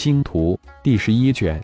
星图》第11卷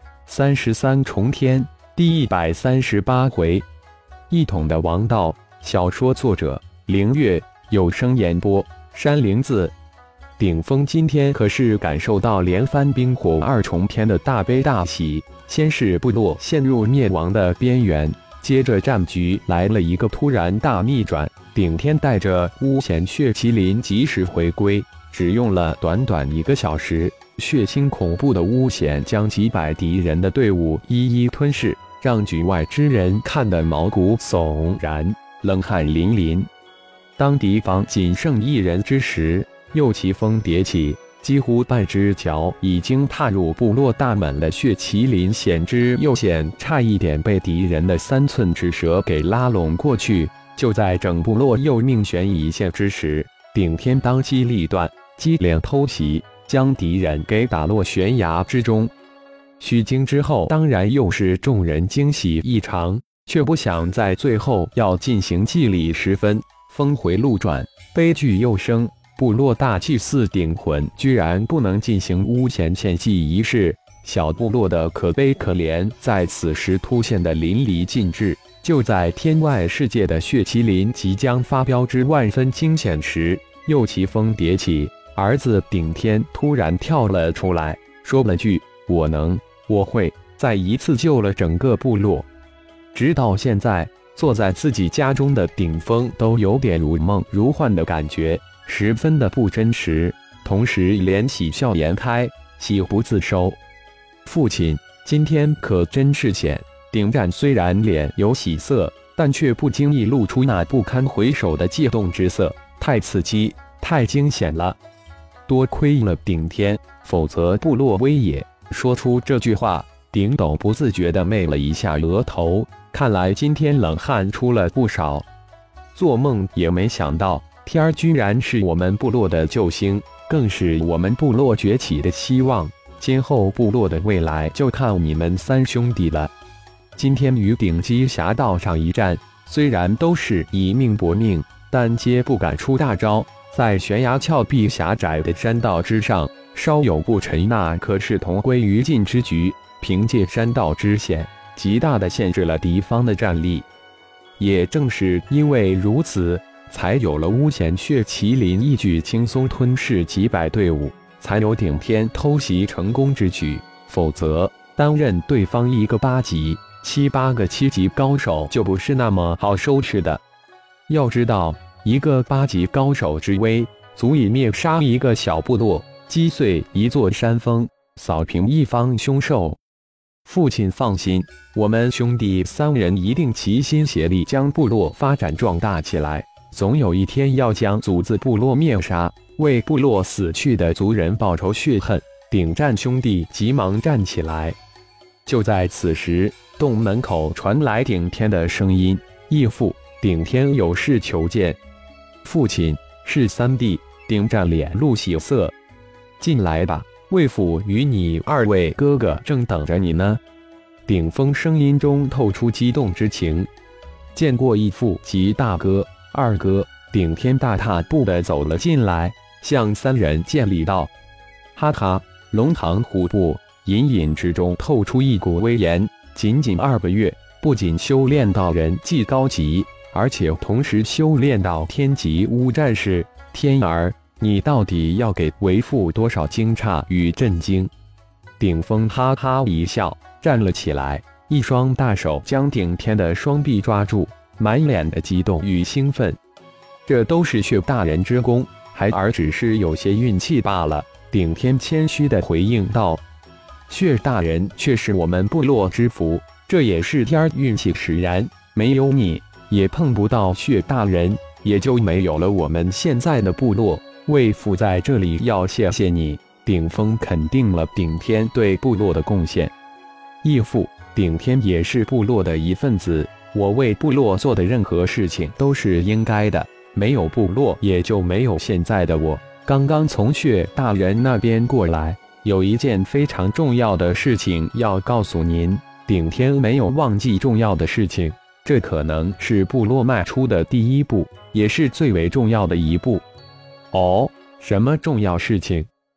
33重天第138回。一统的王道，小说作者凌月，有声演播山灵子。顶峰今天可是感受到连番冰火2重天的大悲大喜，先是部落陷入灭亡的边缘，接着战局来了一个突然大逆转，顶天带着巫贤血麒麟及时回归，只用了短短1个小时，血腥恐怖的巫贤将几百敌人的队伍一一吞噬，让局外之人看得毛骨悚然，冷汗淋漓。当敌方仅剩1人之时，右奇峰迭起，几乎半只脚已经踏入部落大门了。血麒麟险之又险，差一点被敌人的3寸之蛇给拉拢过去。就在整部落又命悬一线之时，顶天当机立断，机灵偷袭，将敌人给打落悬崖之中。虚惊之后，当然又是众人惊喜异常，却不想在最后要进行祭礼时分，峰回路转，悲剧又生。部落大祭司顶魂居然不能进行巫贤献祭仪式，小部落的可悲可怜在此时凸显得淋漓尽致。就在天外世界的血麒麟即将发飙之万分惊险时，右奇峰迭起，儿子顶天突然跳了出来，说了句我能，我会，再一次救了整个部落。直到现在，坐在自己家中的顶峰都有点如梦如幻的感觉，十分的不真实，同时连喜笑颜开，喜不自收。父亲，今天可真是险！顶战虽然脸有喜色，但却不经意露出那不堪回首的悸动之色，太刺激，太惊险了。多亏了顶天，否则部落危也。说出这句话，顶斗不自觉地媚了一下额头，看来今天冷汗出了不少。做梦也没想到，天儿居然是我们部落的救星，更是我们部落崛起的希望。今后部落的未来就看你们3兄弟了。今天与顶击峡道上一战，虽然都是以命搏命，但皆不敢出大招。在悬崖峭壁狭窄的山道之上，稍有不慎，那可是同归于尽之局。凭借山道之险，极大的限制了敌方的战力。也正是因为如此，才有了巫贤血麒麟一举轻松吞噬几百队伍，才有顶天偷袭成功之举。否则，担任对方一个8级、7、8个7级高手就不是那么好收拾的。要知道，一个8级高手之威，足以灭杀一个小部落，击碎一座山峰，扫平一方凶兽。父亲放心，我们兄弟3人一定齐心协力将部落发展壮大起来，总有一天要将祖字部落灭杀，为部落死去的族人报仇血恨。顶战兄弟急忙站起来。就在此时，洞门口传来顶天的声音：义父，顶天有事求见。父亲，是3弟。顶战脸露喜色，进来吧，魏父与你2位哥哥正等着你呢。顶峰声音中透出激动之情。见过义父及大哥、二哥。顶天大踏步地走了进来，向3人见礼道：哈哈，龙堂虎步，隐隐之中透出一股威严。仅仅2个月，不仅修炼到人技高级，而且同时修炼到天级巫战士。天儿，你到底要给为父多少惊诧与震惊？顶峰哈哈一笑，站了起来，一双大手将顶天的双臂抓住，满脸的激动与兴奋。这都是血大人之功，孩儿只是有些运气罢了。顶天谦虚地回应道：血大人却是我们部落之福，这也是天儿运气使然，没有你，也碰不到血大人，也就没有了我们现在的部落。魏父在这里要谢谢你。顶峰肯定了顶天对部落的贡献。义父，顶天也是部落的一份子，我为部落做的任何事情都是应该的，没有部落也就没有现在的我。刚刚从血大人那边过来，有一件非常重要的事情要告诉您。顶天没有忘记重要的事情，这可能是部落迈出的第一步，也是最为重要的一步。哦，什么重要事情？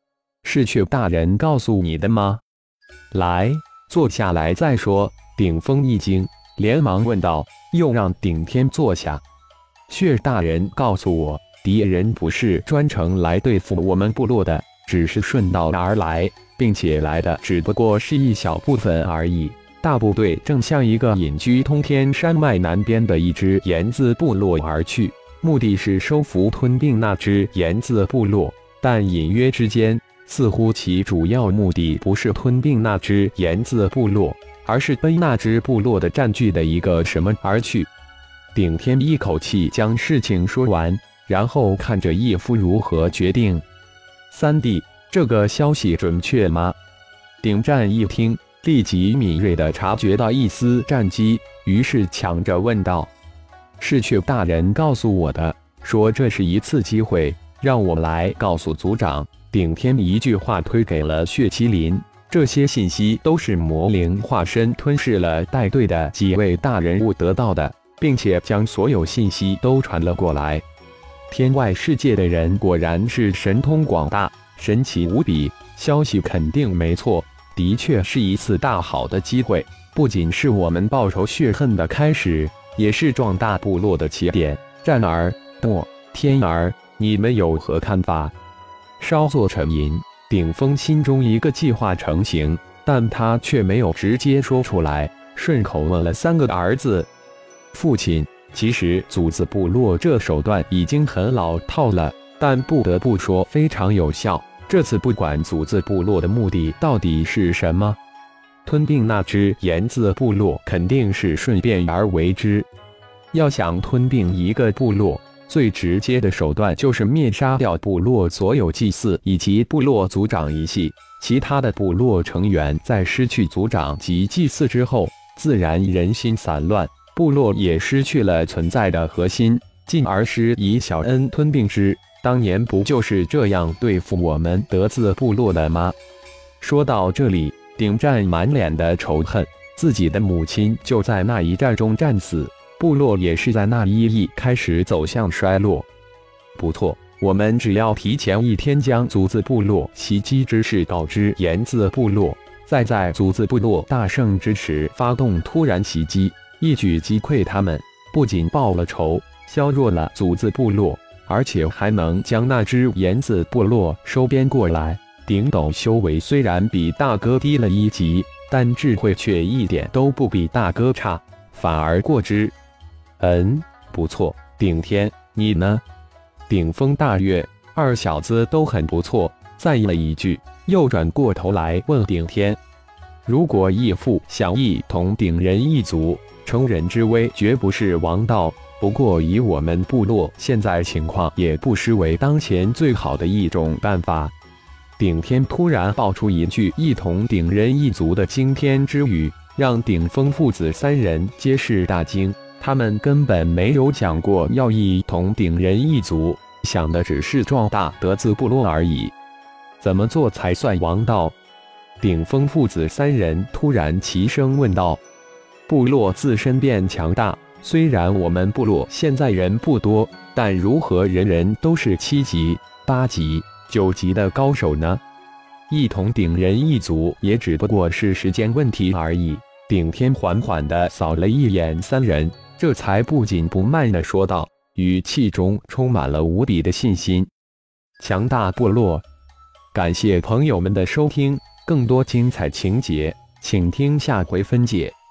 是阙大人告诉你的吗？来，坐下来再说。顶峰一惊，连忙问道，又让顶天坐下。阙大人告诉我，敌人不是专程来对付我们部落的，只是顺道而来，并且来的只不过是一小部分而已。大部队正向一个隐居通天山脉南边的一支炎字部落而去，目的是收服吞并那支炎字部落。但隐约之间，似乎其主要目的不是吞并那支炎字部落，而是奔那支部落的占据的一个什么而去。顶天一口气将事情说完，然后看着义父如何决定。三弟，这个消息准确吗？顶战一听，立即敏锐地察觉到一丝战机，于是抢着问道：是阙大人告诉我的，说这是一次机会，让我来告诉族长。顶天一句话推给了血麒麟，这些信息都是魔灵化身吞噬了带队的几位大人物得到的，并且将所有信息都传了过来。天外世界的人果然是神通广大，神奇无比，消息肯定没错，的确是一次大好的机会，不仅是我们报仇血恨的开始，也是壮大部落的起点。战儿、诺、天儿，你们有何看法？稍作沉吟，顶峰心中一个计划成型，但他却没有直接说出来，顺口问了三个儿子：父亲，其实组字部落这手段已经很老套了，但不得不说非常有效。这次不管组字部落的目的到底是什么，吞并那支炎字部落肯定是顺便而为之。要想吞并一个部落，最直接的手段就是灭杀掉部落所有祭祀以及部落族长一系，其他的部落成员在失去族长及祭祀之后，自然人心散乱，部落也失去了存在的核心，进而施以小恩吞并之。当年不就是这样对付我们德字部落的吗？说到这里，顶战满脸的仇恨，自己的母亲就在那一战中战死，部落也是在那一开始走向衰落。不错，我们只要提前一天将族字部落袭击之事告知炎字部落，再在族字部落大胜之时发动突然袭击，一举击溃他们，不仅报了仇，削弱了族字部落，而且还能将那支炎字部落收编过来。顶斗修为虽然比大哥低了一级，但智慧却一点都不比大哥差，反而过之。不错，顶天，你呢？顶峰大悦，二小子都很不错，赞了一句，又转过头来问顶天：如果义父想一统顶人一族，乘人之危绝不是王道，不过以我们部落现在情况，也不失为当前最好的一种办法。顶天突然爆出一句一统顶人一族的惊天之语，让顶峰父子三人皆是大惊。他们根本没有想过要一统顶人一族，想的只是壮大德字部落而已。怎么做才算王道？顶峰父子三人突然齐声问道。部落自身变强大，虽然我们部落现在人不多，但如何人人都是7级、8级、9级的高手呢？一统顶人一族也只不过是时间问题而已。顶天缓缓地扫了一眼三人，这才不紧不慢地说道，语气中充满了无比的信心。强大部落，感谢朋友们的收听，更多精彩情节，请听下回分解。